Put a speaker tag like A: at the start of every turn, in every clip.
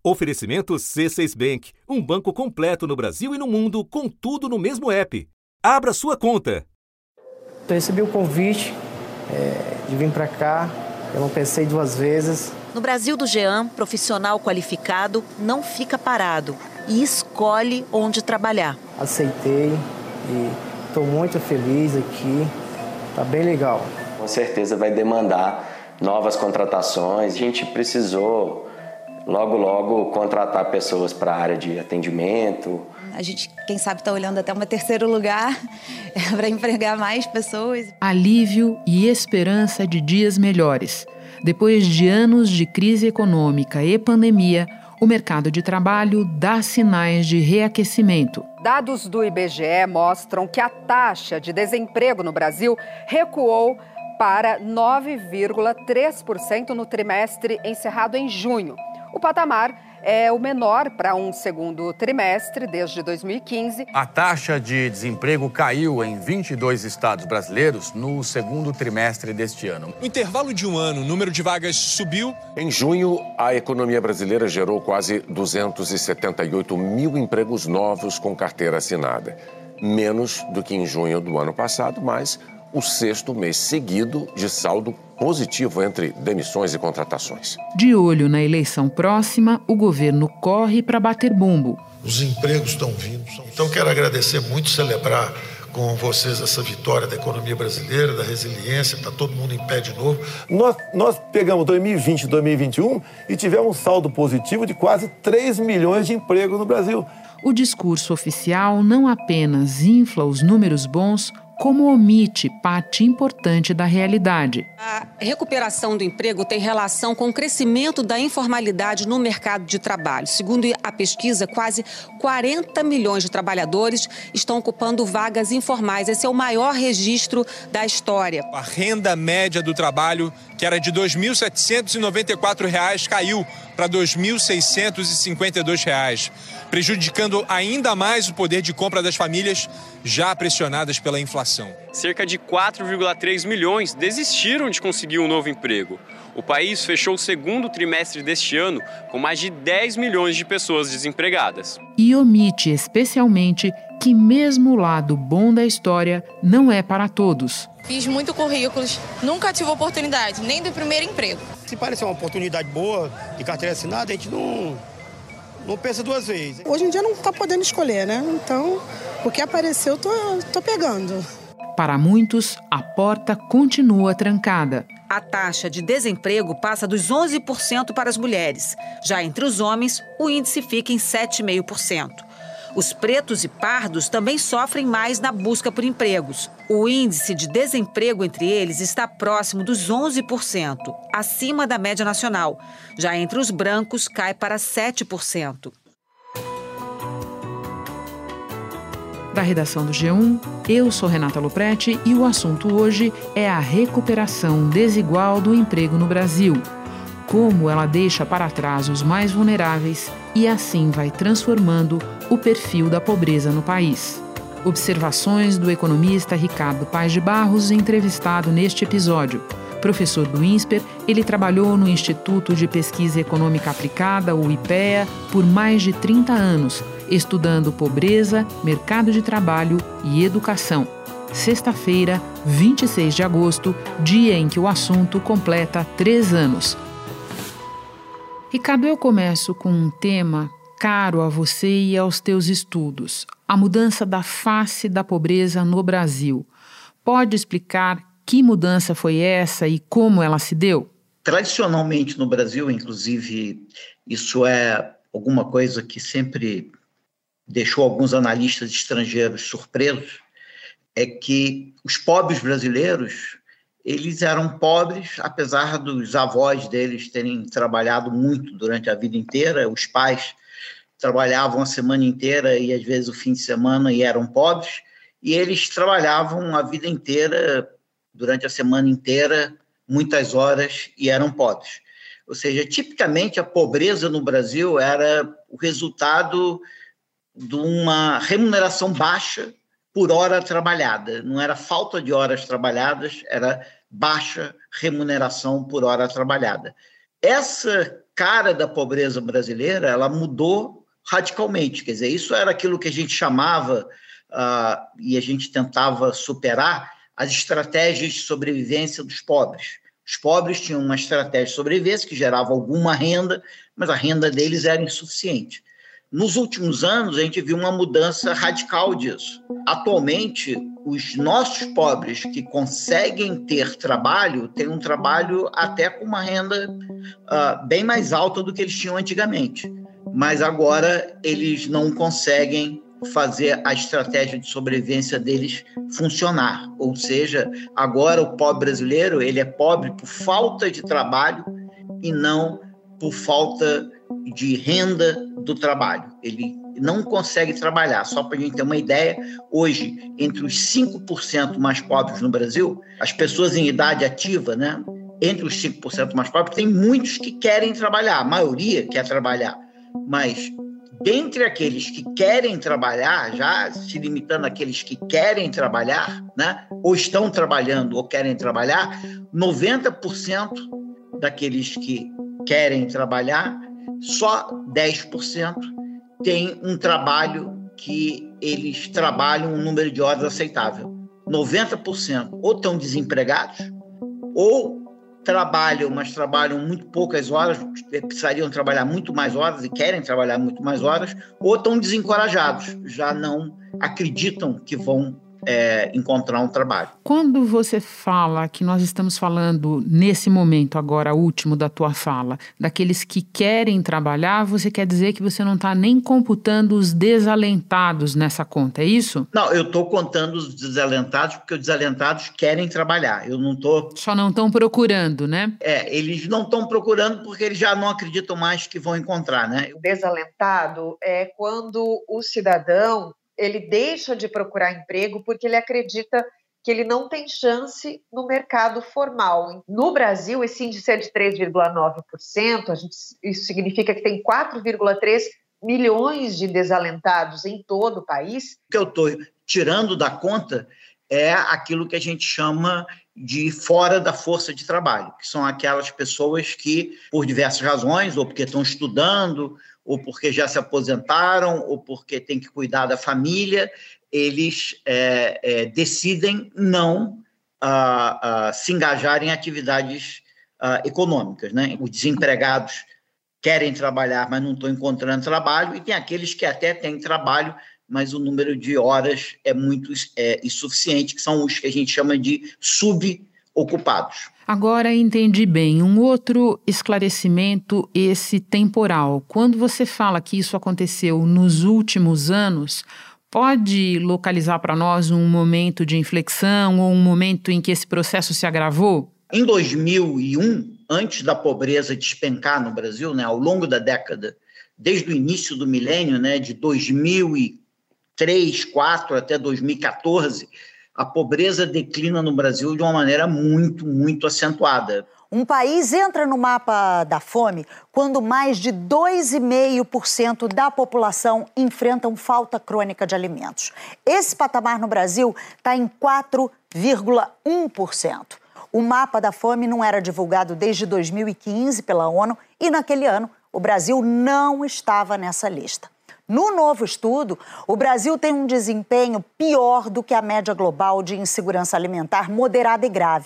A: Oferecimento C6 Bank, um banco completo no Brasil e no mundo, com tudo no mesmo app. Abra sua conta.
B: Eu recebi o convite de vir para cá, eu não pensei duas vezes.
C: No Brasil do Jean, profissional qualificado não fica parado e escolhe onde trabalhar.
B: Aceitei e estou muito feliz aqui, está bem legal.
D: Com certeza vai demandar novas contratações. A gente precisou logo contratar pessoas para a área de atendimento.
E: A gente, quem sabe, está olhando até um terceiro lugar para empregar mais pessoas.
F: Alívio e esperança de dias melhores. Depois de anos de crise econômica e pandemia, o mercado de trabalho dá sinais de reaquecimento.
G: Dados do IBGE mostram que a taxa de desemprego no Brasil recuou para 9,3% no trimestre encerrado em junho. O patamar é o menor para um segundo trimestre desde 2015.
H: A taxa de desemprego caiu em 22 estados brasileiros no segundo trimestre deste ano.
I: No intervalo de um ano, o número de vagas subiu.
J: Em junho, a economia brasileira gerou quase 278 mil empregos novos com carteira assinada. Menos do que em junho do ano passado, mas o sexto mês seguido de saldo positivo entre demissões e contratações.
F: De olho na eleição próxima, o governo corre para bater bumbo.
K: Os empregos estão vindo. Então quero agradecer muito, celebrar com vocês essa vitória da economia brasileira, da resiliência, está todo mundo em pé de novo.
L: Nós pegamos 2020 e 2021 e tivemos um saldo positivo de quase 3 milhões de empregos no Brasil.
F: O discurso oficial não apenas infla os números bons, como omite parte importante da realidade.
M: A recuperação do emprego tem relação com o crescimento da informalidade no mercado de trabalho. Segundo a pesquisa, quase 40 milhões de trabalhadores estão ocupando vagas informais. Esse é o maior registro da história.
I: A renda média do trabalho, que era de R$ 2.794, caiu para R$ 2.652, prejudicando ainda mais o poder de compra das famílias já pressionadas pela inflação.
N: Cerca de 4,3 milhões desistiram de conseguir um novo emprego. O país fechou o segundo trimestre deste ano com mais de 10 milhões de pessoas desempregadas.
F: E omite especialmente que mesmo o lado bom da história não é para todos.
O: Fiz muito currículos, nunca tive oportunidade, nem do primeiro emprego.
P: Se parecer uma oportunidade boa de carteira assinada, a gente não pensa duas vezes.
Q: Hoje em dia não está podendo escolher, né? Então, o que apareceu, tô pegando.
F: Para muitos, a porta continua trancada.
C: A taxa de desemprego passa dos 11% para as mulheres. Já entre os homens, o índice fica em 7,5%. Os pretos e pardos também sofrem mais na busca por empregos. O índice de desemprego entre eles está próximo dos 11%, acima da média nacional. Já entre os brancos, cai para 7%.
F: Da redação do G1, eu sou Renata Lopretti e o assunto hoje é a recuperação desigual do emprego no Brasil. Como ela deixa para trás os mais vulneráveis e assim vai transformando o perfil da pobreza no país. Observações do economista Ricardo Paes de Barros, entrevistado neste episódio. Professor do INSPER, ele trabalhou no Instituto de Pesquisa Econômica Aplicada, o IPEA, por mais de 30 anos, estudando pobreza, mercado de trabalho e educação. Sexta-feira, 26 de agosto, dia em que o assunto completa 3 anos. Ricardo, eu começo com um tema caro a você e aos teus estudos: a mudança da face da pobreza no Brasil. Pode explicar que mudança foi essa e como ela se deu?
R: Tradicionalmente no Brasil, inclusive, isso é alguma coisa que sempre deixou alguns analistas estrangeiros surpresos, é que os pobres brasileiros, eles eram pobres, apesar dos avós deles terem trabalhado muito durante a vida inteira. Os pais trabalhavam a semana inteira e às vezes o fim de semana e eram pobres, e eles trabalhavam a vida inteira, durante a semana inteira, muitas horas, e eram pobres. Ou seja, tipicamente a pobreza no Brasil era o resultado de uma remuneração baixa por hora trabalhada. Não era falta de horas trabalhadas, era baixa remuneração por hora trabalhada. Essa cara da pobreza brasileira, ela mudou radicalmente. Quer dizer, isso era aquilo que a gente chamava, e a gente tentava superar, as estratégias de sobrevivência dos pobres. Os pobres tinham uma estratégia de sobrevivência que gerava alguma renda, mas a renda deles era insuficiente. Nos últimos anos, a gente viu uma mudança radical disso. Atualmente, os nossos pobres que conseguem ter trabalho, têm um trabalho até com uma renda bem mais alta do que eles tinham antigamente. Mas agora eles não conseguem fazer a estratégia de sobrevivência deles funcionar. Ou seja, agora o pobre brasileiro, ele é pobre por falta de trabalho e não por falta de renda do trabalho. Ele não consegue trabalhar. Só para a gente ter uma ideia, hoje, entre os 5% mais pobres no Brasil, as pessoas em idade ativa, né, entre os 5% mais pobres, tem muitos que querem trabalhar, a maioria quer trabalhar, mas dentre aqueles que querem trabalhar, já se limitando àqueles que querem trabalhar, né, ou estão trabalhando ou querem trabalhar, 90% daqueles que querem trabalhar, só 10% tem um trabalho que eles trabalham um número de horas aceitável. 90% ou estão desempregados ou trabalham, mas trabalham muito poucas horas, precisariam trabalhar muito mais horas e querem trabalhar muito mais horas, ou estão desencorajados, já não acreditam que vão encontrar um trabalho.
F: Quando você fala que nós estamos falando, nesse momento agora, último da tua fala, daqueles que querem trabalhar, você quer dizer que você não está nem computando os desalentados nessa conta, é isso?
R: Não, eu estou contando os desalentados porque os desalentados querem trabalhar. Eu não estou...
F: Só não estão procurando, né?
R: Eles não estão procurando porque eles já não acreditam mais que vão encontrar, né?
S: O desalentado é quando o cidadão ele deixa de procurar emprego porque ele acredita que ele não tem chance no mercado formal. No Brasil, esse índice é de 3,9%, isso significa que tem 4,3 milhões de desalentados em todo o país.
R: O que eu estou tirando da conta é aquilo que a gente chama de fora da força de trabalho, que são aquelas pessoas que, por diversas razões, ou porque estão estudando, ou porque já se aposentaram, ou porque têm que cuidar da família, eles decidem não se engajar em atividades econômicas, né? Os desempregados querem trabalhar, mas não estão encontrando trabalho, e tem aqueles que até têm trabalho, mas o número de horas é muito insuficiente, que são os que a gente chama de subocupados.
F: Agora entendi bem. Um outro esclarecimento, esse temporal. Quando você fala que isso aconteceu nos últimos anos, pode localizar para nós um momento de inflexão ou um momento em que esse processo se agravou?
R: Em 2001, antes da pobreza despencar no Brasil, né, ao longo da década, desde o início do milênio, né, de 2003, 2004 até 2014, a pobreza declina no Brasil de uma maneira muito, muito acentuada.
T: Um país entra no mapa da fome quando mais de 2,5% da população enfrentam falta crônica de alimentos. Esse patamar no Brasil está em 4,1%. O mapa da fome não era divulgado desde 2015 pela ONU e, naquele ano, o Brasil não estava nessa lista. No novo estudo, o Brasil tem um desempenho pior do que a média global de insegurança alimentar moderada e grave.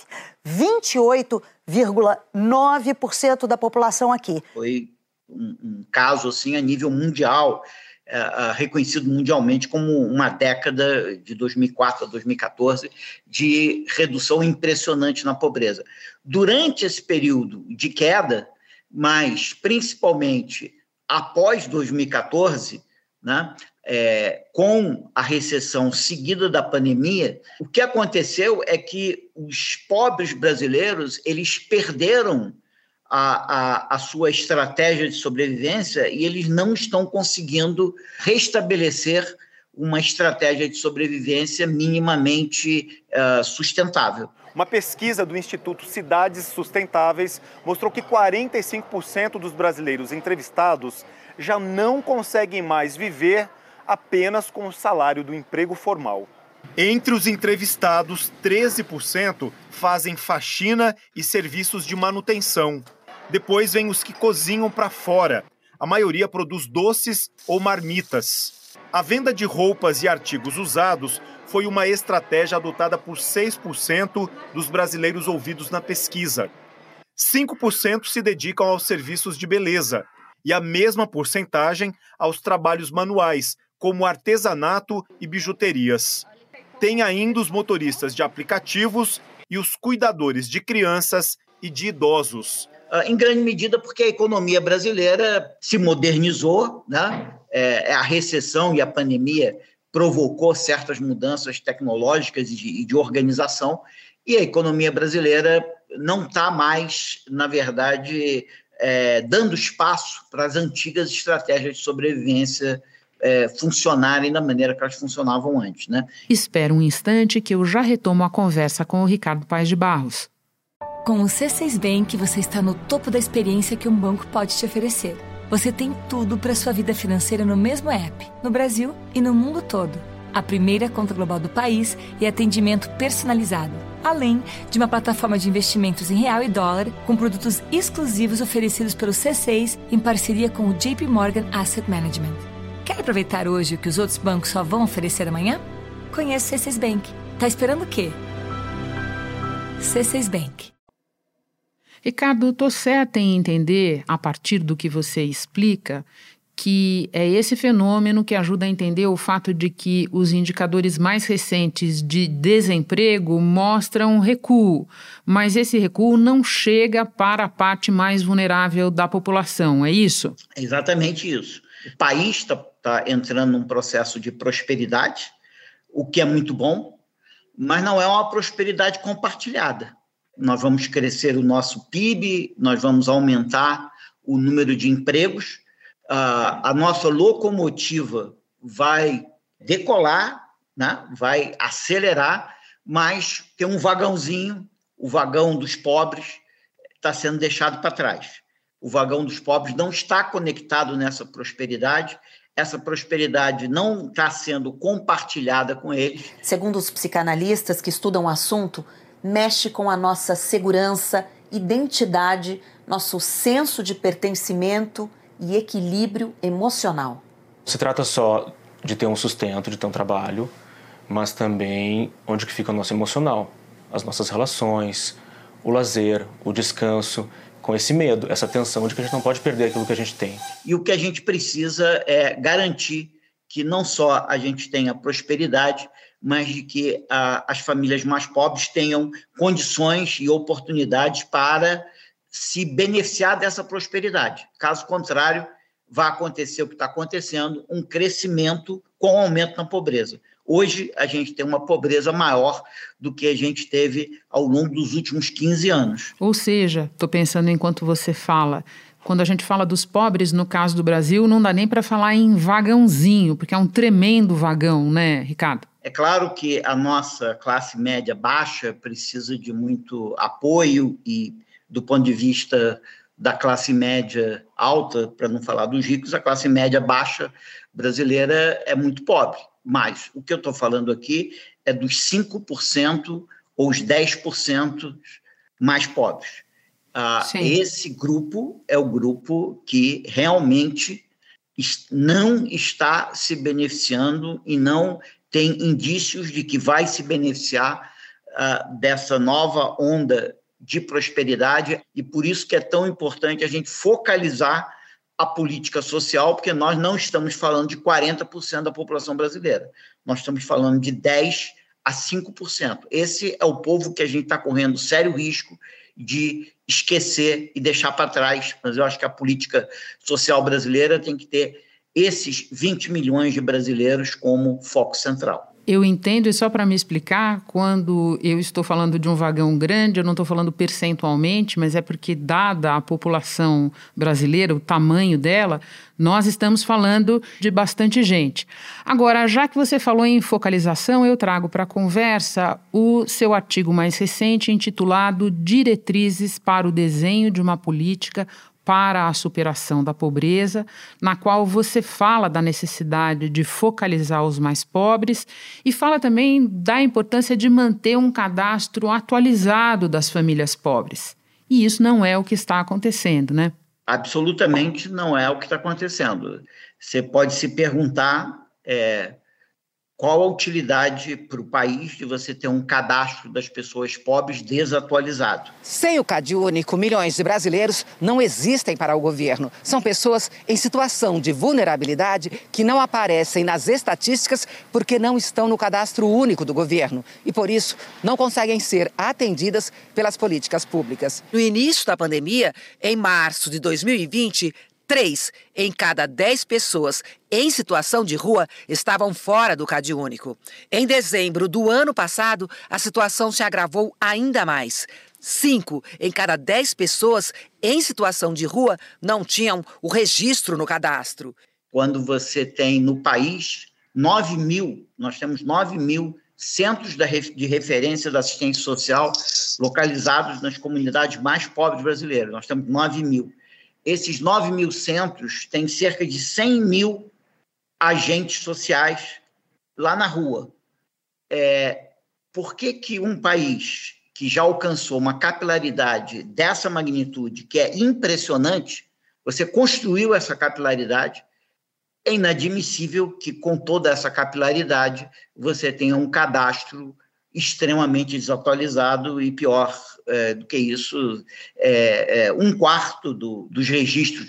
T: 28,9% da população aqui.
R: Foi um caso assim, a nível mundial, reconhecido mundialmente como uma década de 2004 a 2014 de redução impressionante na pobreza. Durante esse período de queda, mas principalmente após 2014, né, com a recessão seguida da pandemia, o que aconteceu é que os pobres brasileiros eles perderam a sua estratégia de sobrevivência e eles não estão conseguindo restabelecer uma estratégia de sobrevivência minimamente sustentável.
U: Uma pesquisa do Instituto Cidades Sustentáveis mostrou que 45% dos brasileiros entrevistados já não conseguem mais viver apenas com o salário do emprego formal. Entre os entrevistados, 13% fazem faxina e serviços de manutenção. Depois vem os que cozinham para fora. A maioria produz doces ou marmitas. A venda de roupas e artigos usados foi uma estratégia adotada por 6% dos brasileiros ouvidos na pesquisa. 5% se dedicam aos serviços de beleza e a mesma porcentagem aos trabalhos manuais, como artesanato e bijuterias. Tem ainda os motoristas de aplicativos e os cuidadores de crianças e de idosos.
R: Em grande medida porque a economia brasileira se modernizou, né? A recessão e a pandemia provocou certas mudanças tecnológicas e de organização, e a economia brasileira não está mais, na verdade, dando espaço para as antigas estratégias de sobrevivência funcionarem da maneira que elas funcionavam antes, né?
F: Espera um instante que eu já retomo a conversa com o Ricardo Paes de Barros.
A: Com o C6 Bank, você está no topo da experiência que um banco pode te oferecer. Você tem tudo para sua vida financeira no mesmo app, no Brasil e no mundo todo. A primeira conta global do país e atendimento personalizado. Além de uma plataforma de investimentos em real e dólar, com produtos exclusivos oferecidos pelo C6 em parceria com o JP Morgan Asset Management. Quer aproveitar hoje o que os outros bancos só vão oferecer amanhã? Conheça o C6 Bank. Tá esperando o quê? C6 Bank.
F: Ricardo, estou certa em entender, a partir do que você explica, que é esse fenômeno que ajuda a entender o fato de que os indicadores mais recentes de desemprego mostram recuo, mas esse recuo não chega para a parte mais vulnerável da população, é isso?
R: É exatamente isso. O país está entrando num processo de prosperidade, o que é muito bom, mas não é uma prosperidade compartilhada. Nós vamos crescer o nosso PIB, nós vamos aumentar o número de empregos, a nossa locomotiva vai decolar, né? Vai acelerar, mas tem um vagãozinho, o vagão dos pobres está sendo deixado para trás. O vagão dos pobres não está conectado nessa prosperidade, essa prosperidade não está sendo compartilhada com eles.
V: Segundo os psicanalistas que estudam o assunto, mexe com a nossa segurança, identidade, nosso senso de pertencimento e equilíbrio emocional.
W: Se trata só de ter um sustento, de ter um trabalho, mas também onde que fica o nosso emocional, as nossas relações, o lazer, o descanso, com esse medo, essa tensão de que a gente não pode perder aquilo que a gente tem.
R: E o que a gente precisa é garantir que não só a gente tenha prosperidade, mas de que as famílias mais pobres tenham condições e oportunidades para se beneficiar dessa prosperidade. Caso contrário, vai acontecer o que está acontecendo, um crescimento com aumento na pobreza. Hoje, a gente tem uma pobreza maior do que a gente teve ao longo dos últimos 15 anos.
F: Ou seja, estou pensando enquanto você fala, quando a gente fala dos pobres, no caso do Brasil, não dá nem para falar em vagãozinho, porque é um tremendo vagão, né, Ricardo?
R: É claro que a nossa classe média baixa precisa de muito apoio e, do ponto de vista da classe média alta, para não falar dos ricos, a classe média baixa brasileira é muito pobre. Mas o que eu estou falando aqui é dos 5% ou os 10% mais pobres. Esse grupo é o grupo que realmente não está se beneficiando e não tem indícios de que vai se beneficiar dessa nova onda de prosperidade, e por isso que é tão importante a gente focalizar a política social, porque nós não estamos falando de 40% da população brasileira, nós estamos falando de 10% a 5%. Esse é o povo que a gente está correndo sério risco de esquecer e deixar para trás, mas eu acho que a política social brasileira tem que ter esses 20 milhões de brasileiros como foco central.
F: Eu entendo, e só para me explicar, quando eu estou falando de um vagão grande, eu não estou falando percentualmente, mas é porque, dada a população brasileira, o tamanho dela, nós estamos falando de bastante gente. Agora, já que você falou em focalização, eu trago para a conversa o seu artigo mais recente, intitulado Diretrizes para o Desenho de uma Política para a Superação da Pobreza, na qual você fala da necessidade de focalizar os mais pobres e fala também da importância de manter um cadastro atualizado das famílias pobres. E isso não é o que está acontecendo, né?
R: Absolutamente não é o que está acontecendo. Você pode se perguntar qual a utilidade para o país de você ter um cadastro das pessoas pobres desatualizado.
B: Sem o CadÚnico, milhões de brasileiros não existem para o governo. São pessoas em situação de vulnerabilidade que não aparecem nas estatísticas porque não estão no cadastro único do governo e, por isso, não conseguem ser atendidas pelas políticas públicas. No início da pandemia, em março de 2020, 3 em cada 10 pessoas em situação de rua estavam fora do CadÚnico. Em dezembro do ano passado, a situação se agravou ainda mais. 5 em cada 10 pessoas em situação de rua não tinham o registro no cadastro.
R: Quando você tem no país 9.000, nós temos 9.000 centros de referência da assistência social localizados nas comunidades mais pobres brasileiras. Nós temos 9.000. Esses 9.000 centros têm cerca de 100.000 agentes sociais lá na rua. Por que um país que já alcançou uma capilaridade dessa magnitude, que é impressionante, você construiu essa capilaridade, é inadmissível que com toda essa capilaridade você tenha um cadastro extremamente desatualizado e pior do que isso, 1/4 dos registros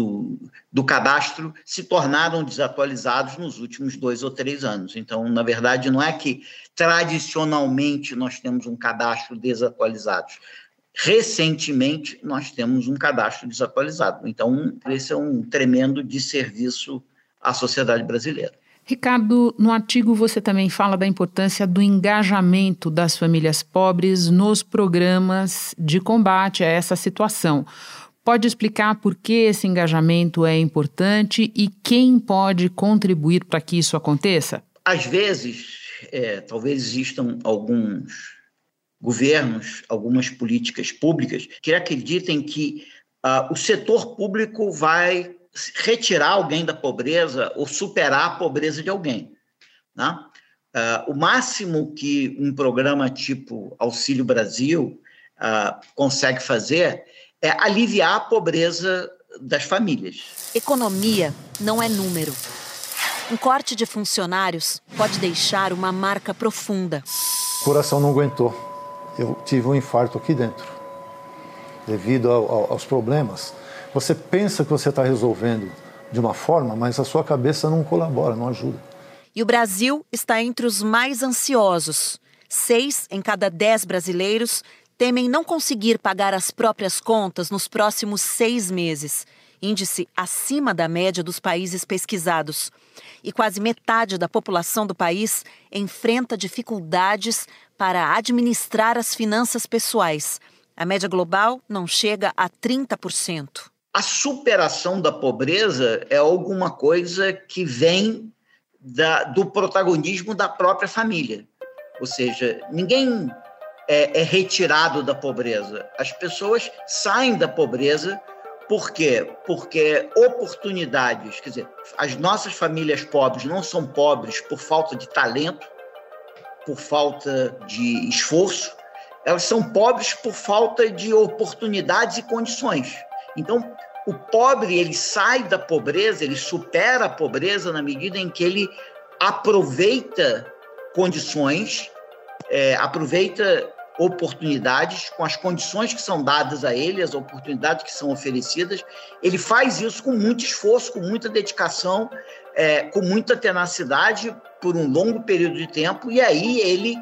R: do cadastro se tornaram desatualizados nos últimos 2 ou 3 anos. Então, na verdade, não é que tradicionalmente nós temos um cadastro desatualizado. Recentemente, nós temos um cadastro desatualizado. Então, esse é um tremendo desserviço à sociedade brasileira.
F: Ricardo, no artigo você também fala da importância do engajamento das famílias pobres nos programas de combate a essa situação. Pode explicar por que esse engajamento é importante e quem pode contribuir para que isso aconteça?
R: Às vezes, talvez existam alguns governos, algumas políticas públicas que acreditem que o setor público vai retirar alguém da pobreza ou superar a pobreza de alguém, né? O máximo que um programa tipo Auxílio Brasil consegue fazer é aliviar a pobreza das famílias.
V: Economia não é número. Um corte de funcionários pode deixar uma marca profunda.
D: O coração não aguentou. Eu tive um infarto aqui dentro, devido aos problemas. Você pensa que você está resolvendo de uma forma, mas a sua cabeça não colabora, não ajuda.
V: E o Brasil está entre os mais ansiosos. 6 em cada 10 brasileiros temem não conseguir pagar as próprias contas nos próximos 6 meses. Índice acima da média dos países pesquisados. E quase metade da população do país enfrenta dificuldades para administrar as finanças pessoais. A média global não chega a 30%.
R: A superação da pobreza é alguma coisa que vem do protagonismo da própria família. Ou seja, ninguém é retirado da pobreza. As pessoas saem da pobreza. Por quê? Porque oportunidades, quer dizer, as nossas famílias pobres não são pobres por falta de talento, por falta de esforço, elas são pobres por falta de oportunidades e condições. Então, o pobre, ele sai da pobreza, ele supera a pobreza na medida em que ele aproveita condições, aproveita oportunidades com as condições que são dadas a ele, as oportunidades que são oferecidas. Ele faz isso com muito esforço, com muita dedicação, com muita tenacidade por um longo período de tempo, e aí ele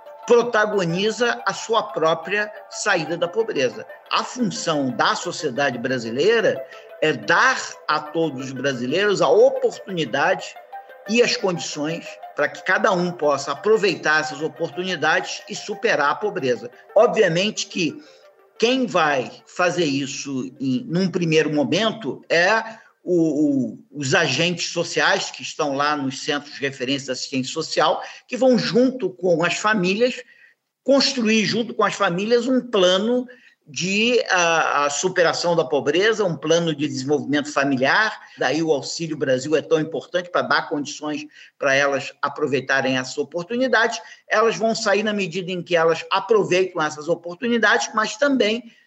R: protagoniza a sua própria saída da pobreza. A função da sociedade brasileira é dar a todos os brasileiros a oportunidade e as condições para que cada um possa aproveitar essas oportunidades e superar a pobreza. Obviamente que quem vai fazer isso num primeiro momento é os agentes sociais que estão lá nos centros de referência da assistência social, que vão, junto com as famílias, construir junto com as famílias um plano de a superação da pobreza, um plano de desenvolvimento familiar. Daí o Auxílio Brasil é tão importante para dar condições para elas aproveitarem essas oportunidades. Elas vão sair na medida em que elas aproveitam essas oportunidades, mas também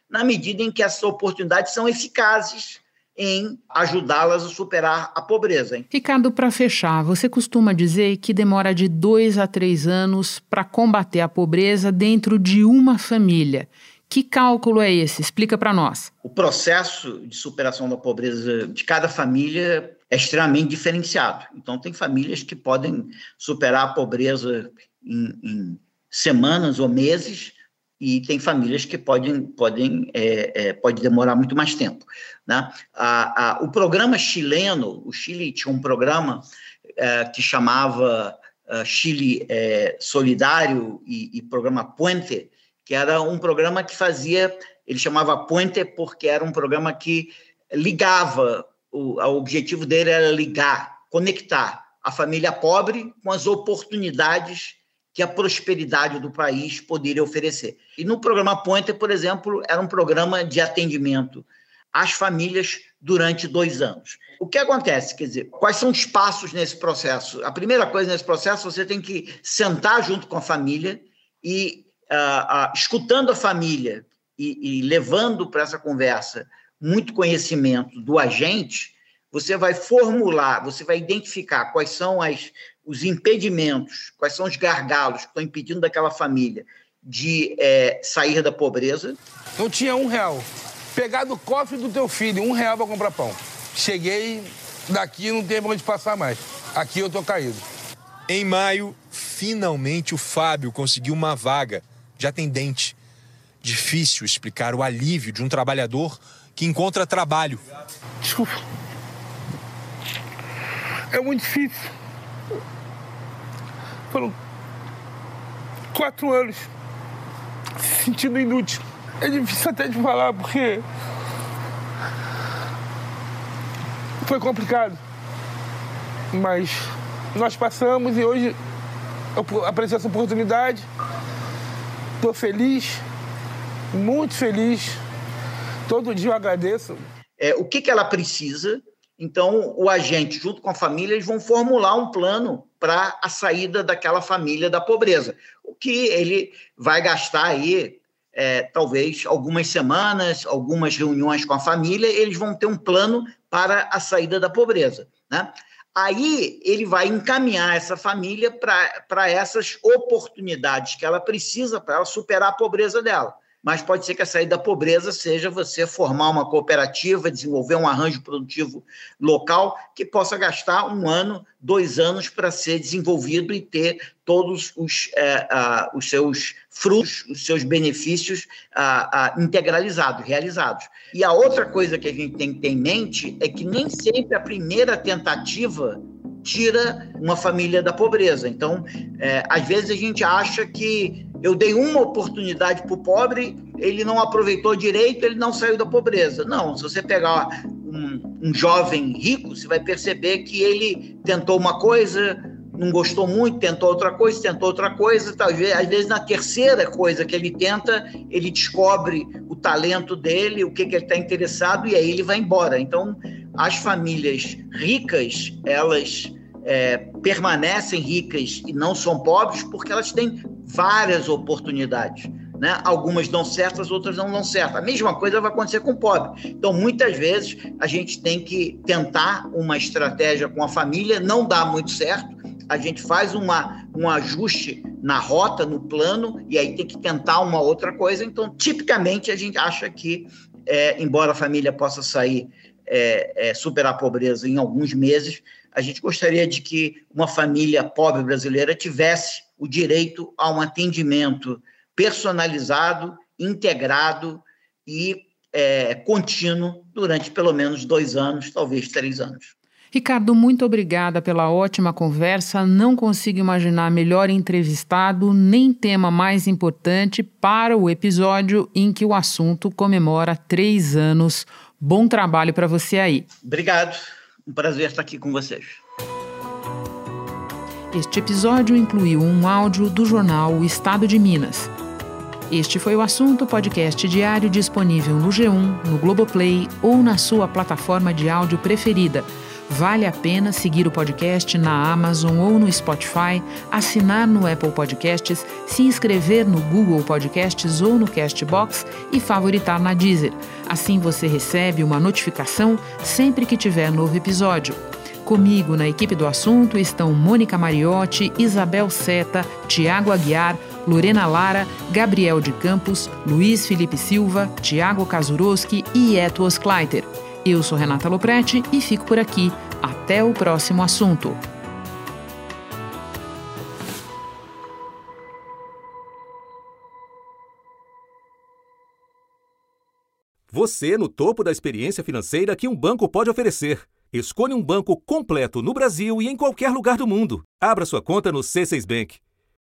R: na medida em que essas oportunidades são eficazes em ajudá-las a superar a pobreza.
F: Ricardo, para fechar, você costuma dizer que demora de 2 a 3 anos para combater a pobreza dentro de uma família. Que cálculo é esse? Explica para nós.
R: O processo de superação da pobreza de cada família é extremamente diferenciado. Então, tem famílias que podem superar a pobreza em semanas ou meses, e tem famílias que pode demorar muito mais tempo, né? O programa chileno, o Chile tinha um programa que chamava Chile Solidário e Programa Puente, que era um programa que ele chamava Puente porque era um programa que ligava, o objetivo dele era conectar a família pobre com as oportunidades que a prosperidade do país poderia oferecer. E no programa Puente, por exemplo, era um programa de atendimento às famílias durante 2 anos. O que acontece? Quer dizer, quais são os passos nesse processo? A primeira coisa nesse processo, você tem que sentar junto com a família e escutando a família e levando para essa conversa muito conhecimento do agente, você vai formular, você vai identificar quais são os impedimentos, quais são os gargalos que estão impedindo daquela família de sair da pobreza.
E: Eu tinha R$1. Pegar do cofre do teu filho R$1 para comprar pão. Cheguei, daqui não tem pra onde passar mais. Aqui eu tô caído.
I: Em maio, finalmente o Fábio conseguiu uma vaga de atendente. Difícil explicar o alívio de um trabalhador que encontra trabalho.
E: Desculpa. É muito difícil. Foram 4 anos se sentindo inútil. É difícil até de falar porque foi complicado. Mas nós passamos e hoje eu apareceu essa oportunidade. Estou feliz, muito feliz. Todo dia eu agradeço.
R: O que ela precisa? Então, o agente, junto com a família, eles vão formular um plano para a saída daquela família da pobreza. O que ele vai gastar aí, talvez, algumas semanas, algumas reuniões com a família, eles vão ter um plano para a saída da pobreza, né? Aí ele vai encaminhar essa família para essas oportunidades que ela precisa para ela superar a pobreza dela. Mas pode ser que a saída da pobreza seja você formar uma cooperativa, desenvolver um arranjo produtivo local que possa gastar 1 ano, 2 anos para ser desenvolvido e ter todos os seus frutos, os seus benefícios integralizados, realizados. E a outra coisa que a gente tem que ter em mente é que nem sempre a primeira tentativa tira uma família da pobreza. Então, às vezes a gente acha que eu dei uma oportunidade para o pobre, ele não aproveitou direito, ele não saiu da pobreza. Não, se você pegar um jovem rico, você vai perceber que ele tentou uma coisa, não gostou muito, tentou outra coisa, talvez, às vezes na terceira coisa que ele tenta, ele descobre o talento dele, o que ele está interessado, e aí ele vai embora. Então, as famílias ricas, elas permanecem ricas e não são pobres porque elas têm várias oportunidades, né? Algumas dão certo, as outras não dão certo. A mesma coisa vai acontecer com o pobre. Então, muitas vezes, a gente tem que tentar uma estratégia com a família, não dá muito certo, a gente faz um ajuste na rota, no plano, e aí tem que tentar uma outra coisa. Então, tipicamente, a gente acha que, embora a família possa sair, superar a pobreza em alguns meses, a gente gostaria de que uma família pobre brasileira tivesse o direito a um atendimento personalizado, integrado e contínuo durante pelo menos 2 anos, talvez 3 anos.
F: Ricardo, muito obrigada pela ótima conversa. Não consigo imaginar melhor entrevistado nem tema mais importante para o episódio em que o assunto comemora 3 anos. Bom trabalho para você aí.
R: Obrigado. Um prazer estar aqui com vocês.
F: Este episódio incluiu um áudio do jornal O Estado de Minas. Este foi o assunto, podcast diário disponível no G1, no Globoplay ou na sua plataforma de áudio preferida. Vale a pena seguir o podcast na Amazon ou no Spotify, assinar no Apple Podcasts, se inscrever no Google Podcasts ou no Castbox e favoritar na Deezer. Assim você recebe uma notificação sempre que tiver novo episódio. Comigo na equipe do assunto estão Mônica Mariotti, Isabel Seta, Tiago Aguiar, Lorena Lara, Gabriel de Campos, Luiz Felipe Silva, Tiago Kazuroski e Eto Oskleiter. Eu sou Renata Loprete e fico por aqui. Até o próximo assunto.
G: Você no topo da experiência financeira que um banco pode oferecer. Escolha um banco completo no Brasil e em qualquer lugar do mundo. Abra sua conta no C6 Bank.